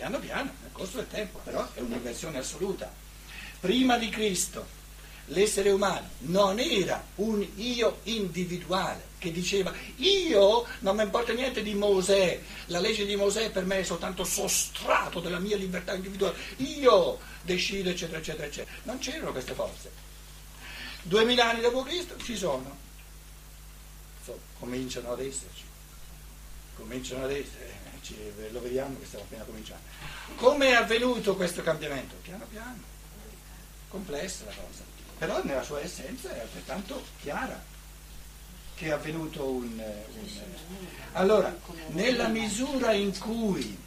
piano piano, nel corso del tempo, però è un'inversione assoluta. Prima di Cristo l'essere umano non era un io individuale che diceva io non mi importa niente di Mosè, la legge di Mosè per me è soltanto sostrato della mia libertà individuale, io decido eccetera eccetera eccetera. Non c'erano queste forze. 2000 anni dopo Cristo ci sono, cominciano ad esserci, lo vediamo che stiamo appena cominciando. Come è avvenuto questo cambiamento? Piano piano, complessa la cosa, però nella sua essenza è altrettanto chiara che è avvenuto Allora, nella misura in cui,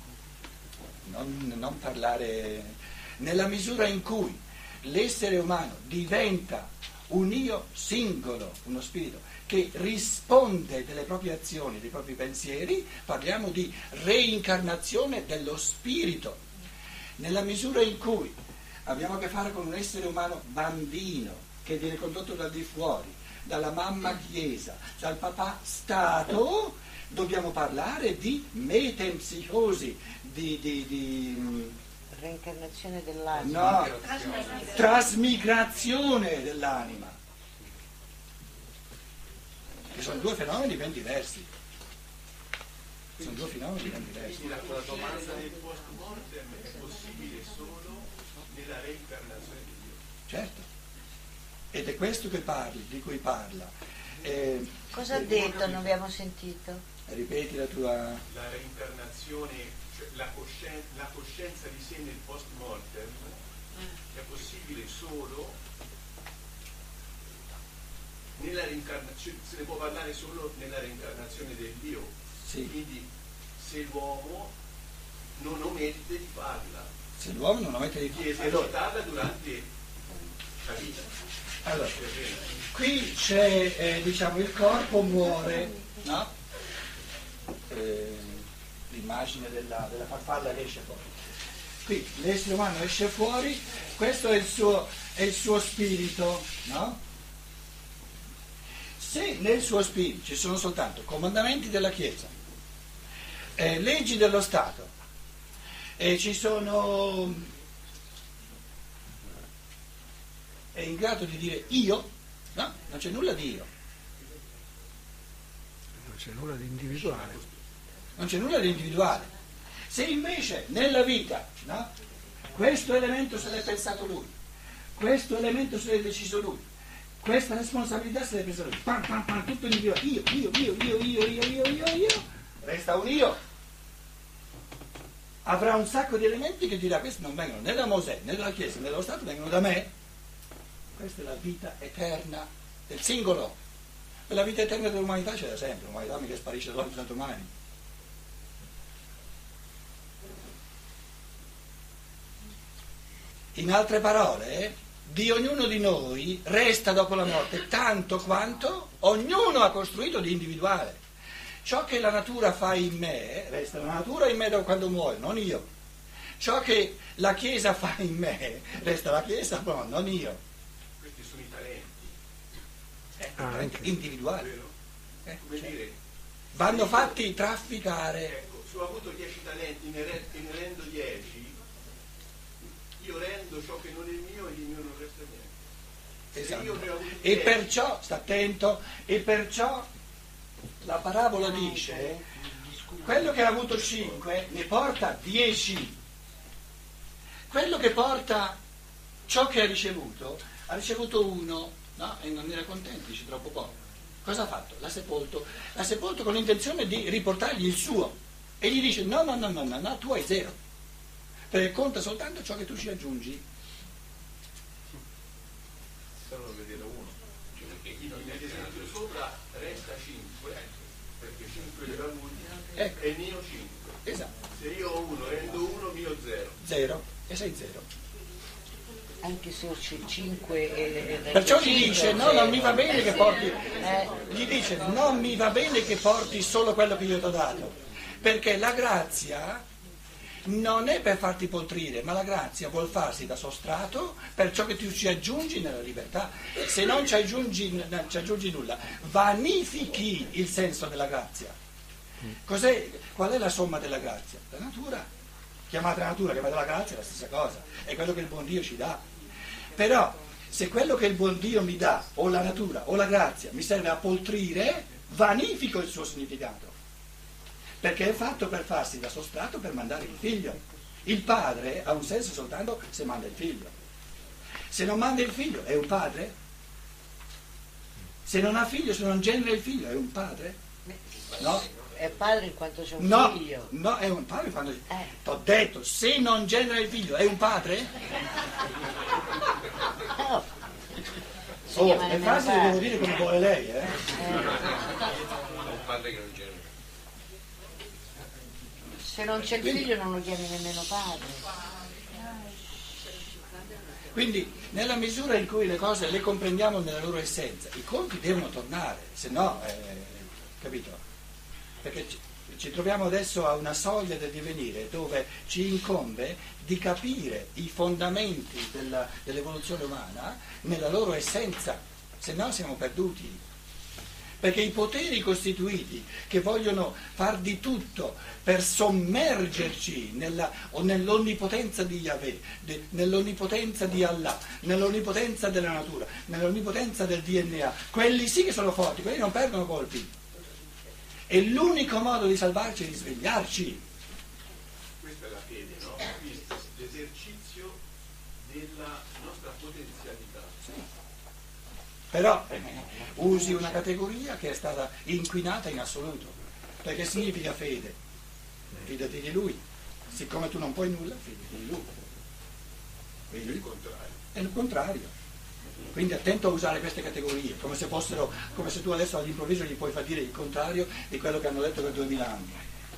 nella misura in cui l'essere umano diventa un io singolo, uno spirito, che risponde delle proprie azioni, dei propri pensieri, parliamo di reincarnazione dello spirito. Nella misura in cui abbiamo a che fare con un essere umano bambino che viene condotto dal di fuori, dalla mamma Chiesa, dal papà Stato, dobbiamo parlare di metempsicosi, di reincarnazione dell'anima. No, trasmigrazione dell'anima. Che sono due fenomeni ben diversi. Sono due fenomeni ben diversi. Quindi la domanda del post mortem è possibile solo nella reincarnazione di Dio. Certo. Ed è questo di cui parla. Cosa ha detto? Non abbiamo sentito. Ripeti la tua... La reincarnazione, cioè la coscienza di sé nel post mortem è possibile solo nella reincarnazione, se ne può parlare solo nella reincarnazione del Dio. Sì. Quindi se l'uomo non omette di farla, se l'uomo non omette di esercitarla durante la vita. Allora, qui c'è, il corpo muore, no? L'immagine della farfalla che esce fuori. Qui l'essere umano esce fuori, questo è il suo spirito, no? Se nel suo spirito ci sono soltanto comandamenti della Chiesa, leggi dello Stato, ci sono... è in grado di dire io, no? Non c'è nulla di io. Non c'è nulla di individuale. Non c'è nulla di individuale. Se invece nella vita, no? Questo elemento se l'è pensato lui, questo elemento se l'è deciso lui, questa responsabilità se l'è presa lui, pam, pam, pam, tutto individuale, io, resta un io. Avrà un sacco di elementi che dirà questi non vengono né da Mosè, né dalla Chiesa, né dallo Stato, vengono da me. Questa è la vita eterna del singolo. E la vita eterna dell'umanità c'è da sempre, l'umanità mica sparisce dall'oggi da domani. In altre parole, di ognuno di noi resta dopo la morte tanto quanto ognuno ha costruito di individuale. Ciò che la natura fa in me, resta la natura in me da quando muoio, non io. Ciò che la Chiesa fa in me, resta la Chiesa, no, non io. Questi sono i talenti. Talenti individuali. Come dire, vanno fatti trafficare. Ecco, se ho avuto 10 talenti e ne rendo 10, io rendo ciò che non è mio e di mio non resta niente. Esatto. Io ne ho avuti E 10, perciò, sta attento, e perciò la parabola dice, quello che ha avuto 5 ne porta 10. Quello che porta ciò che ha ricevuto 1, no? E non era contento, dice troppo poco. Cosa ha fatto? L'ha sepolto con l'intenzione di riportargli il suo. E gli dice no, tu hai 0. Perché conta soltanto ciò che tu ci aggiungi. solo vedere uno, perché nell'esempio sopra resta 5, perché 5 li avuti e mio 5. Esatto. Se io ho 1 rendo 1, mio 0. 0 e sei 0. Anche se ho 5 Perciò gli dice no, non mi va bene che porti, gli dice non mi va bene che porti solo quello che io ti ho dato, perché la grazia non è per farti poltrire, ma la grazia vuol farsi da sostrato per ciò che tu ci aggiungi nella libertà. Se non ci aggiungi nulla, vanifichi il senso della grazia. Qual è la somma della grazia? La natura. chiamate natura, chiamate la grazia, è la stessa cosa, è quello che il buon Dio ci dà. Però se quello che il buon Dio mi dà, o la natura o la grazia, mi serve a poltrire, vanifico il suo significato, perché è fatto per farsi da sostrato per mandare il figlio. Il padre ha un senso soltanto se manda il figlio. Se non manda il figlio è un padre? Se non ha figlio, se non genera il figlio è un padre? No? È padre in quanto c'è un No, figlio. no, è un padre quando... T'ho detto, se non genera il figlio è un padre? No. Si Oh, chiama le nemmeno frasi le padre. devo dire come vuole lei, È un padre che non genera. Se non c'è il figlio non lo chiami nemmeno padre. Quindi nella misura in cui le cose le comprendiamo nella loro essenza, i conti devono tornare, se no, capito? Perché ci troviamo adesso a una soglia del divenire dove ci incombe di capire i fondamenti dell'evoluzione umana nella loro essenza, se no siamo perduti. Perché i poteri costituiti che vogliono far di tutto per sommergerci nell'onnipotenza di Yahweh, nell'onnipotenza di Allah, nell'onnipotenza della natura, nell'onnipotenza del DNA, quelli sì che sono forti, quelli non perdono colpi. E l'unico modo di salvarci è di svegliarci. Questa è la fede, no? L'esercizio della nostra potenzialità. Sì. Però usi una categoria che è stata inquinata in assoluto, perché significa fede. Fidati di lui, siccome tu non puoi nulla, fidati di lui. Quindi Il contrario. è il contrario. Quindi attento a usare queste categorie, come se tu adesso all'improvviso gli puoi far dire il contrario di quello che hanno detto per 2000 anni.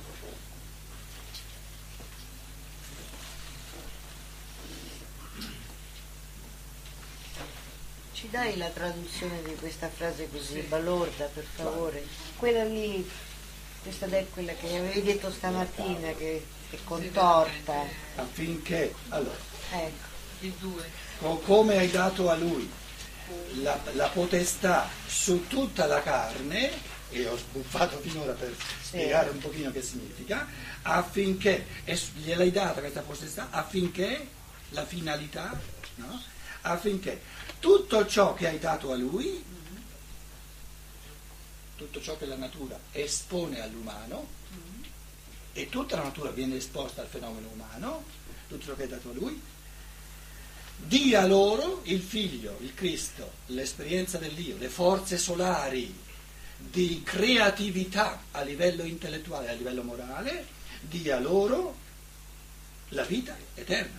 Ci dai la traduzione di questa frase così balorda, per favore? Quella lì, questa è quella che avevi detto stamattina, che è contorta. Affinché, allora, Ecco. Il 2. come hai dato a lui la potestà su tutta la carne, e ho sbuffato finora per spiegare un pochino che significa, affinché, e gliel'hai data questa potestà, affinché, la finalità, no? Affinché tutto ciò che hai dato a lui, tutto ciò che la natura espone all'umano, e tutta la natura viene esposta al fenomeno umano, tutto ciò che hai dato a lui, dia loro il figlio, il Cristo, l'esperienza dell'Io, le forze solari di creatività a livello intellettuale e a livello morale, dia loro la vita eterna.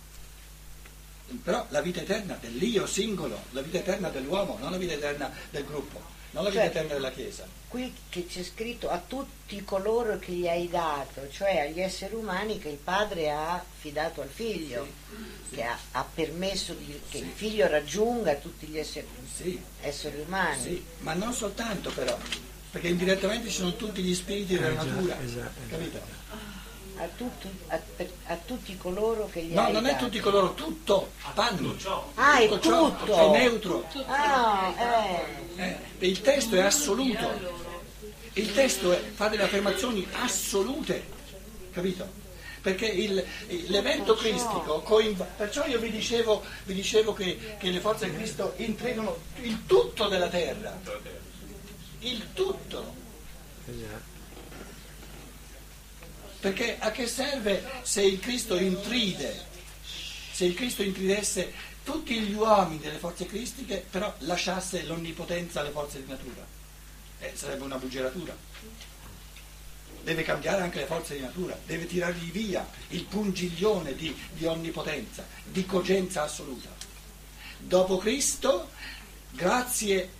Però la vita eterna dell'Io singolo, la vita eterna dell'uomo, non la vita eterna del gruppo, non la vita eterna della Chiesa. Qui che c'è scritto a tutti coloro che gli hai dato, cioè agli esseri umani che il padre ha affidato al figlio, che ha permesso che il figlio raggiunga tutti gli esseri umani. Sì, ma non soltanto però, perché indirettamente ci sono tutti gli spiriti della natura, capito? A tutti coloro che gli hai No, non è dato. tutti coloro, tutto, panni. Ah, è Tutto ciò, tutto. è neutro. Il testo è assoluto. Il testo fa delle affermazioni assolute, capito? Perché l'evento cristico perciò io vi dicevo che le forze di Cristo intrigano il tutto della terra. Il tutto. Perché a che serve se il Cristo intridesse tutti gli uomini delle forze cristiche, però lasciasse l'onnipotenza alle forze di natura? Sarebbe una buggeratura. Deve cambiare anche le forze di natura, deve tirargli via il pungiglione di onnipotenza, di cogenza assoluta. Dopo Cristo, grazie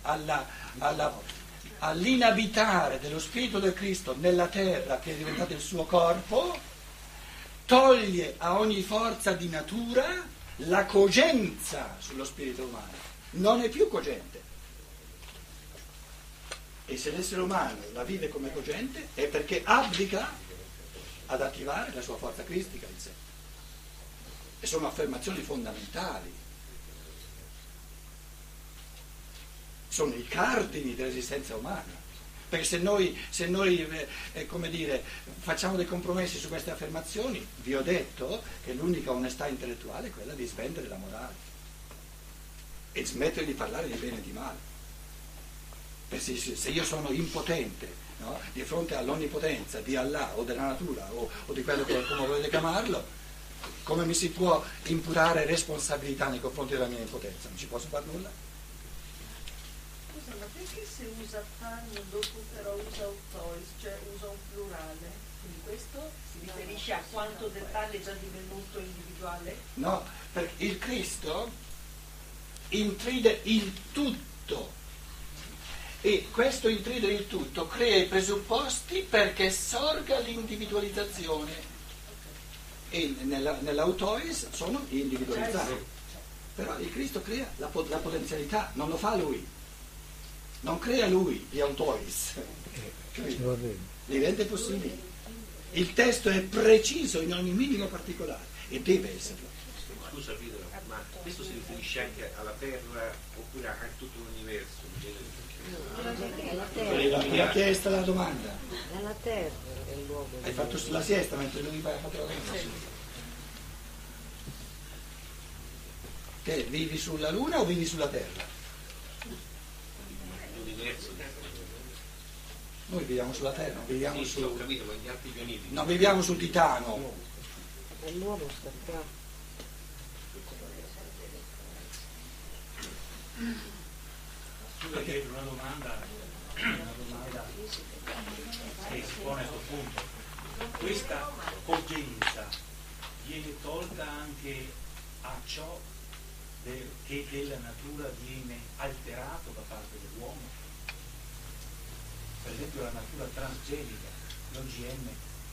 all'inabitare dello Spirito del Cristo nella terra, che è diventato il suo corpo, toglie a ogni forza di natura la cogenza sullo spirito umano, non è più cogente. E se l'essere umano la vive come cogente è perché abdica ad attivare la sua forza cristica in sé. E sono affermazioni fondamentali. Sono i cardini dell'esistenza umana. Perché se noi come dire, facciamo dei compromessi su queste affermazioni, vi ho detto che l'unica onestà intellettuale è quella di svendere la morale e smettere di parlare di bene e di male. Perché se io sono impotente, no, di fronte all'onnipotenza di Allah o della natura o di quello che come volete chiamarlo, come mi si può imputare responsabilità nei confronti della mia impotenza? Non ci posso fare nulla. Scusa, ma perché se usa panno dopo però usa autois, cioè usa un plurale? Quindi questo si riferisce a quanto del tale è già divenuto individuale? No, perché il Cristo intride il tutto e questo intride il tutto crea i presupposti perché sorga l'individualizzazione e nell'autois sono individualizzati. Però il Cristo crea la potenzialità, non lo fa lui. Non crea lui gli autois, li rende possibili. Il testo è preciso in ogni minimo particolare e deve esserlo. Scusa Pietro, ma questo si riferisce anche alla Terra oppure a tutto l'universo? Mi ha chiesto la domanda. Nella terra è il luogo. Hai fatto la siesta mentre lui ha fatto la domanda? Te vivi sulla Luna o vivi sulla Terra? Noi viviamo sulla Terra, non viviamo Sì, ho capito, ma gli altri pianeti. non viviamo sul Titano. E l'uomo sta qua. Scusa, chiedo una domanda che si pone a questo punto. Questa cogenza viene tolta anche a ciò che della natura viene alterato da parte dell'uomo? Per esempio la natura transgenica, l'OGM.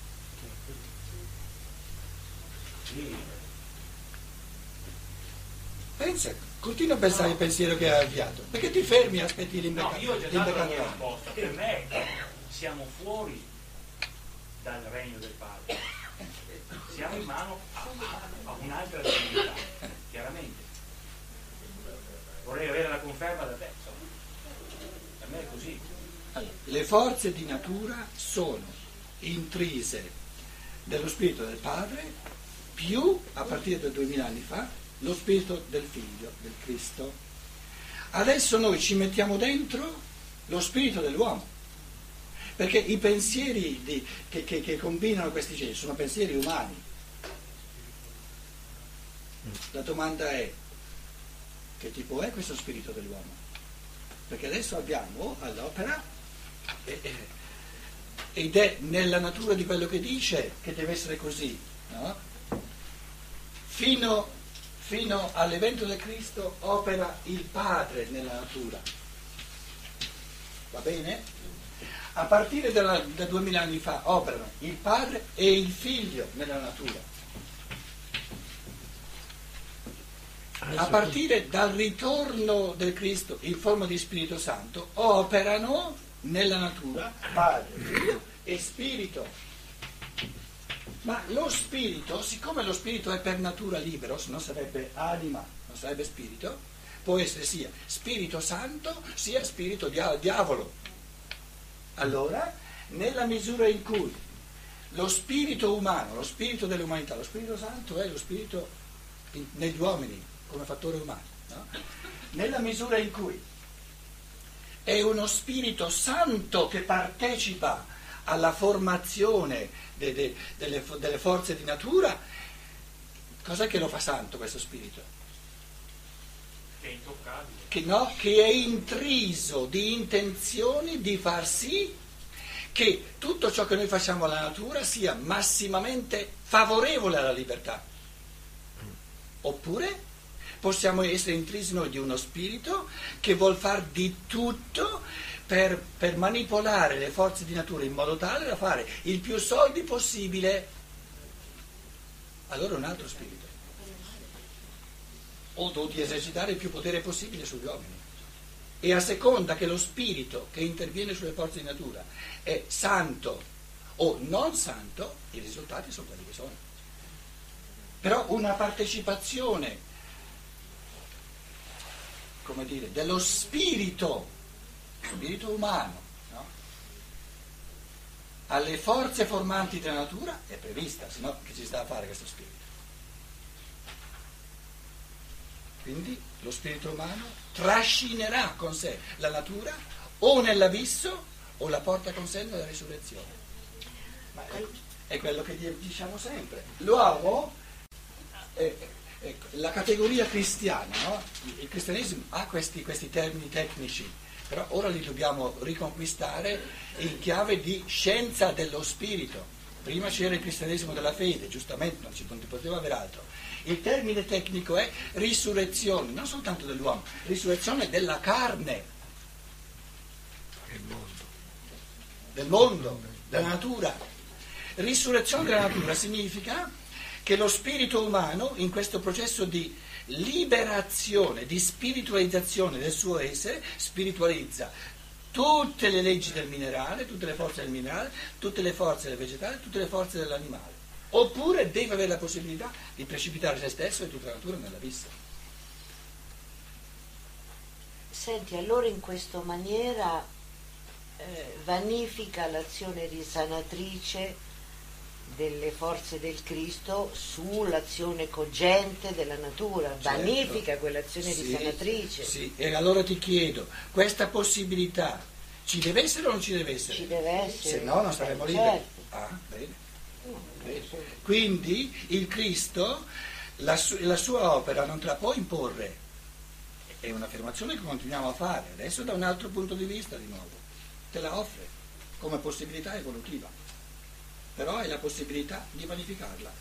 Pensa, continua a pensare il pensiero che hai avviato. Perché ti fermi e aspetti No, io ho già dato la mia l'imbeccatore? risposta. Per me siamo fuori dal regno del Padre. Siamo in mano a un'altra divinità, chiaramente. Vorrei avere la conferma da te. Per me è così. Le forze di natura sono intrise dello spirito del Padre più, a partire da 2000 anni fa, lo spirito del Figlio, del Cristo. Adesso noi ci mettiamo dentro lo spirito dell'uomo, perché i pensieri che combinano questi generi sono pensieri umani. La domanda è: che tipo è questo spirito dell'uomo? Perché adesso abbiamo all'opera ed è nella natura di quello che dice che deve essere così, no? Fino all'evento del Cristo opera il Padre nella natura, va bene? A partire da 2000 anni fa operano il Padre e il Figlio nella natura. A partire dal ritorno del Cristo in forma di Spirito Santo operano nella natura Padre, Figlio e Spirito. Ma lo Spirito, siccome lo Spirito è per natura libero, se no sarebbe anima, non sarebbe Spirito, può essere sia Spirito Santo sia Spirito Diavolo. Allora, nella misura in cui lo Spirito umano, lo Spirito dell'umanità, lo Spirito Santo è lo Spirito negli uomini, come fattore umano, no? Nella misura in cui è uno Spirito Santo che partecipa alla formazione delle forze di natura, cos'è che lo fa santo questo Spirito? Che è intoccabile. Che è intriso di intenzioni di far sì che tutto ciò che noi facciamo alla natura sia massimamente favorevole alla libertà. Oppure possiamo essere intrisi noi di uno spirito che vuol far di tutto per manipolare le forze di natura in modo tale da fare il più soldi possibile. Allora è un altro spirito. O di esercitare il più potere possibile sugli uomini. E a seconda che lo spirito che interviene sulle forze di natura è santo o non santo, i risultati sono quelli che sono. Però una partecipazione, come dire, dello spirito umano, no? alle forze formanti della natura è prevista, se no che ci sta a fare questo spirito? Quindi lo spirito umano trascinerà con sé la natura o nell'abisso o la porta con sé nella risurrezione. Ma è quello che diciamo sempre. L'uomo, la categoria cristiana, no? Il cristianesimo ha questi termini tecnici, però ora li dobbiamo riconquistare in chiave di scienza dello spirito. Prima c'era il cristianesimo della fede, giustamente non ci poteva avere altro. Il termine tecnico è risurrezione, non soltanto dell'uomo, risurrezione della carne, del mondo, della natura. Risurrezione della natura significa che lo spirito umano, in questo processo di liberazione, di spiritualizzazione del suo essere, spiritualizza tutte le leggi del minerale, tutte le forze del minerale, tutte le forze del vegetale, tutte le forze dell'animale. Oppure deve avere la possibilità di precipitare se stesso e tutta la natura nell'abisso. Senti, allora in questa maniera vanifica l'azione risanatrice delle forze del Cristo sull'azione cogente della natura, vanifica quell'azione risanatrice. Sì, e allora ti chiedo, questa possibilità ci deve essere o non ci deve essere? Ci deve essere. Se no non saremo liberi. Certo. Ah, bene. Quindi il Cristo, la sua opera non te la può imporre, è un'affermazione che continuiamo a fare, adesso da un altro punto di vista di nuovo, te la offre come possibilità evolutiva, però hai la possibilità di vanificarla.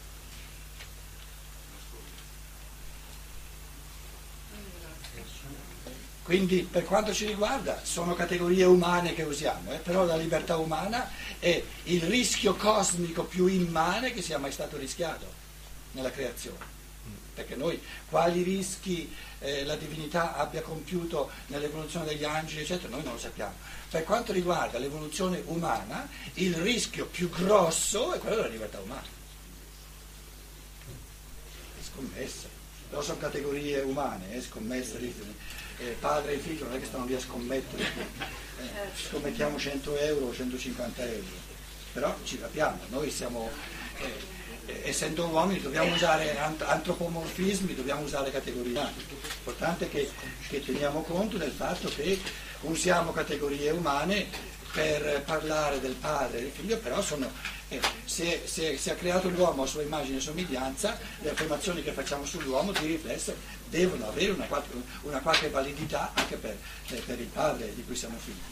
Quindi per quanto ci riguarda sono categorie umane che usiamo, però la libertà umana è il rischio cosmico più immane che sia mai stato rischiato nella creazione. Perché noi quali rischi la divinità abbia compiuto nell'evoluzione degli angeli, eccetera, noi non lo sappiamo. Per quanto riguarda l'evoluzione umana, il rischio più grosso è quello della libertà umana. È scommessa. Però sono categorie umane, scommesse. Padre e figlio non è che stanno lì a scommettere, scommettiamo 100 euro o 150 euro, però ci capiamo, noi siamo, essendo uomini dobbiamo usare antropomorfismi, dobbiamo usare categorie. L'importante è che teniamo conto del fatto che usiamo categorie umane per parlare del padre e del figlio, però sono, se ha creato l'uomo a sua immagine e somiglianza, le affermazioni che facciamo sull'uomo di riflesso devono avere una qualche validità anche per il padre di cui siamo figli.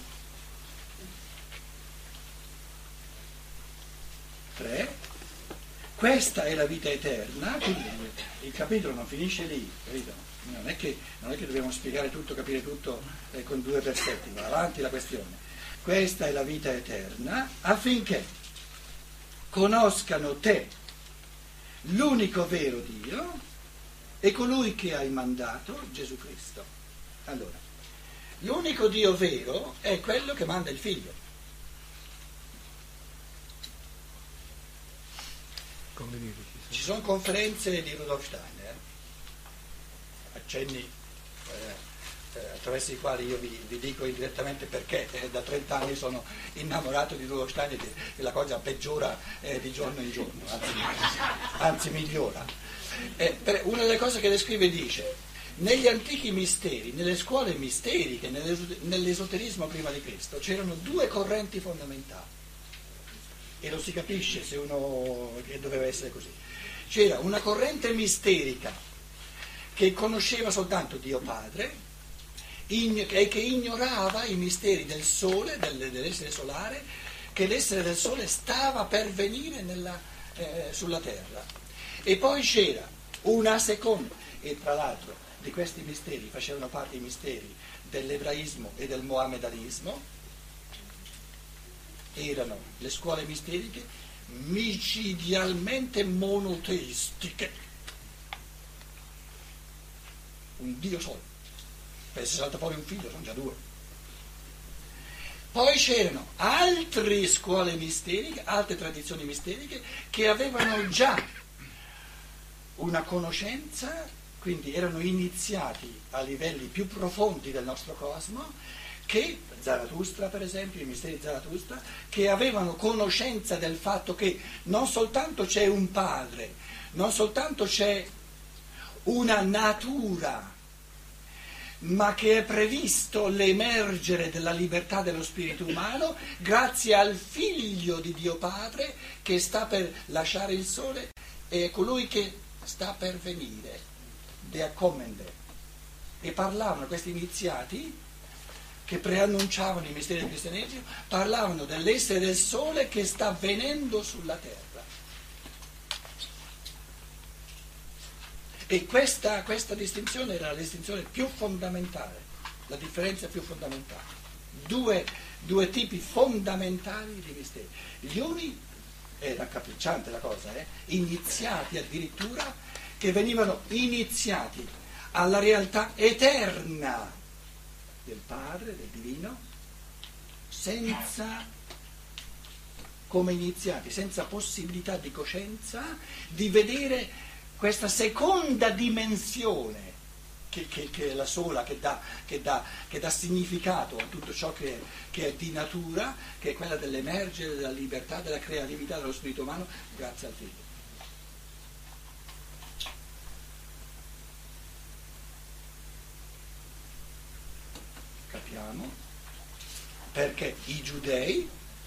3. Questa è la vita eterna, quindi il capitolo non finisce lì, capito? Non è che dobbiamo spiegare tutto, capire tutto con 2 versetti, va avanti la questione. Questa è la vita eterna affinché conoscano te, l'unico vero Dio, e colui che hai mandato, Gesù Cristo. Allora, l'unico Dio vero è quello che manda il Figlio. Ci sono conferenze di Rudolf Steiner, accenni attraverso i quali io vi dico indirettamente perché da 30 anni sono innamorato di Rudolf Steiner e la cosa peggiora di giorno in giorno, anzi migliora. Una delle cose che descrive dice: negli antichi misteri, nelle scuole misteriche, nell'esoterismo prima di Cristo c'erano 2 correnti fondamentali e lo si capisce se uno che doveva essere così. C'era una corrente misterica che conosceva soltanto Dio Padre e che ignorava i misteri del Sole, dell'essere solare, che l'essere del Sole stava per venire sulla Terra. E poi c'era una seconda, e tra l'altro di questi misteri facevano parte i misteri dell'ebraismo e del mohammedanismo, erano le scuole misteriche micidialmente monoteistiche, un Dio solo. Se salta fuori un figlio sono già 2. Poi c'erano altre scuole misteriche, altre tradizioni misteriche che avevano già una conoscenza, quindi erano iniziati a livelli più profondi del nostro cosmo, che, Zarathustra per esempio, i misteri di Zarathustra, che avevano conoscenza del fatto che non soltanto c'è un padre, non soltanto c'è una natura, ma che è previsto l'emergere della libertà dello spirito umano grazie al figlio di Dio Padre che sta per lasciare il sole e è colui che sta per venire, der Kommende. E parlavano questi iniziati che preannunciavano i misteri del cristianesimo, parlavano dell'essere del sole che sta venendo sulla terra. E questa distinzione era la distinzione più fondamentale, la differenza più fondamentale. Due tipi fondamentali di misteri. Gli uni, è raccapricciante la cosa, iniziati addirittura, che venivano iniziati alla realtà eterna del Padre, del Divino, senza, come iniziati, senza possibilità di coscienza, di vedere questa seconda dimensione che è la sola che dà significato a tutto ciò che è di natura, che è quella dell'emergere della libertà, della creatività dello spirito umano grazie al Figlio. Capiamo perché i giudei,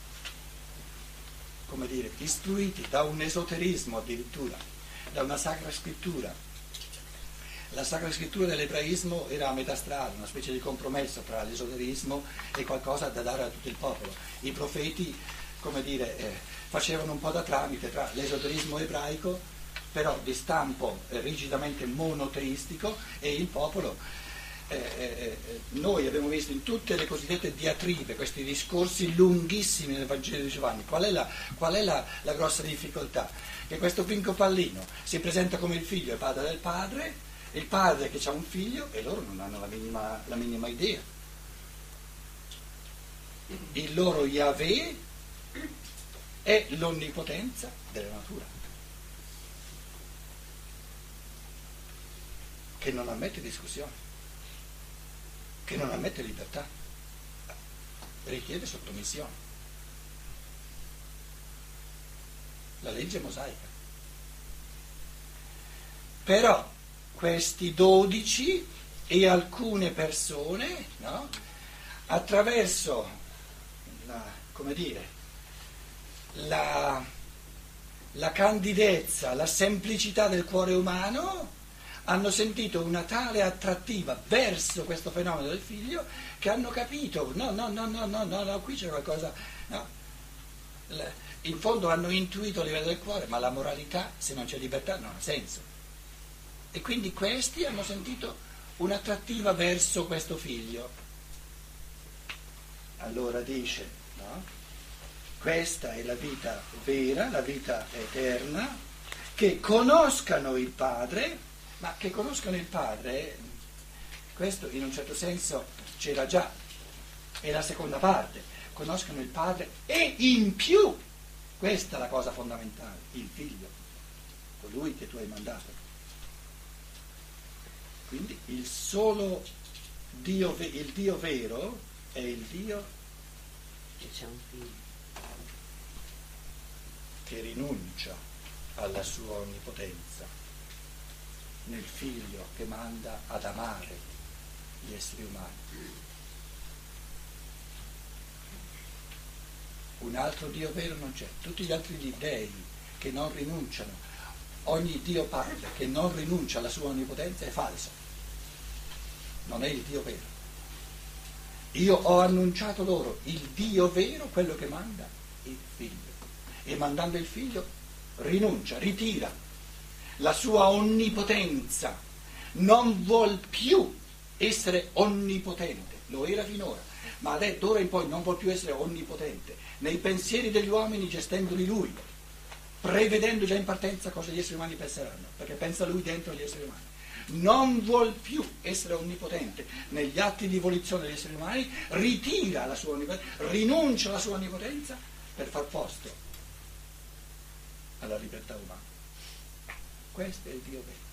come dire, istruiti da un esoterismo addirittura, da una sacra scrittura. La sacra scrittura dell'ebraismo era a metà strada, una specie di compromesso tra l'esoterismo e qualcosa da dare a tutto il popolo. I profeti, come dire, facevano un po' da tramite tra l'esoterismo ebraico, però di stampo rigidamente monoteistico, e il popolo. Noi abbiamo visto in tutte le cosiddette diatribe, questi discorsi lunghissimi nel Vangelo di Giovanni, qual è la grossa difficoltà? Che questo Pinco Pallino si presenta come il figlio e padre del padre, il padre che ha un figlio, e loro non hanno la minima idea. Il loro Yahweh è l'onnipotenza della natura, che non ammette discussione, che non ammette libertà, richiede sottomissione. La legge mosaica. Però questi 12 e alcune persone, no, attraverso la candidezza, la semplicità del cuore umano, hanno sentito una tale attrattiva verso questo fenomeno del figlio che hanno capito, no, qui c'è qualcosa, no. In fondo hanno intuito a livello del cuore, ma la moralità, se non c'è libertà, non ha senso. E quindi questi hanno sentito un'attrattiva verso questo figlio. Allora dice, no? Questa è la vita vera, la vita eterna, che conoscano il Padre, ma che conoscano il Padre, questo in un certo senso c'era già, è la seconda parte, conoscano il Padre e in più, questa è la cosa fondamentale, il Figlio, colui che tu hai mandato. Quindi il solo Dio, il Dio vero è il Dio che c'è un figlio, che rinuncia alla sua onnipotenza nel Figlio che manda ad amare gli esseri umani. Un altro Dio vero non c'è. Tutti gli altri dei che non rinunciano, ogni Dio Padre che non rinuncia alla sua onnipotenza è falso, non è il Dio vero. Io ho annunciato loro il Dio vero, quello che manda il Figlio, e mandando il Figlio rinuncia, ritira la sua onnipotenza, non vuol più essere onnipotente, lo era finora, ma d'ora in poi non vuol più essere onnipotente nei pensieri degli uomini, gestendoli lui, prevedendo già in partenza cosa gli esseri umani penseranno, perché pensa lui dentro gli esseri umani. Non vuol più essere onnipotente negli atti di volizione degli esseri umani, ritira la sua onnipotenza, rinuncia alla sua onnipotenza per far posto alla libertà umana. Questo è il Dio vero.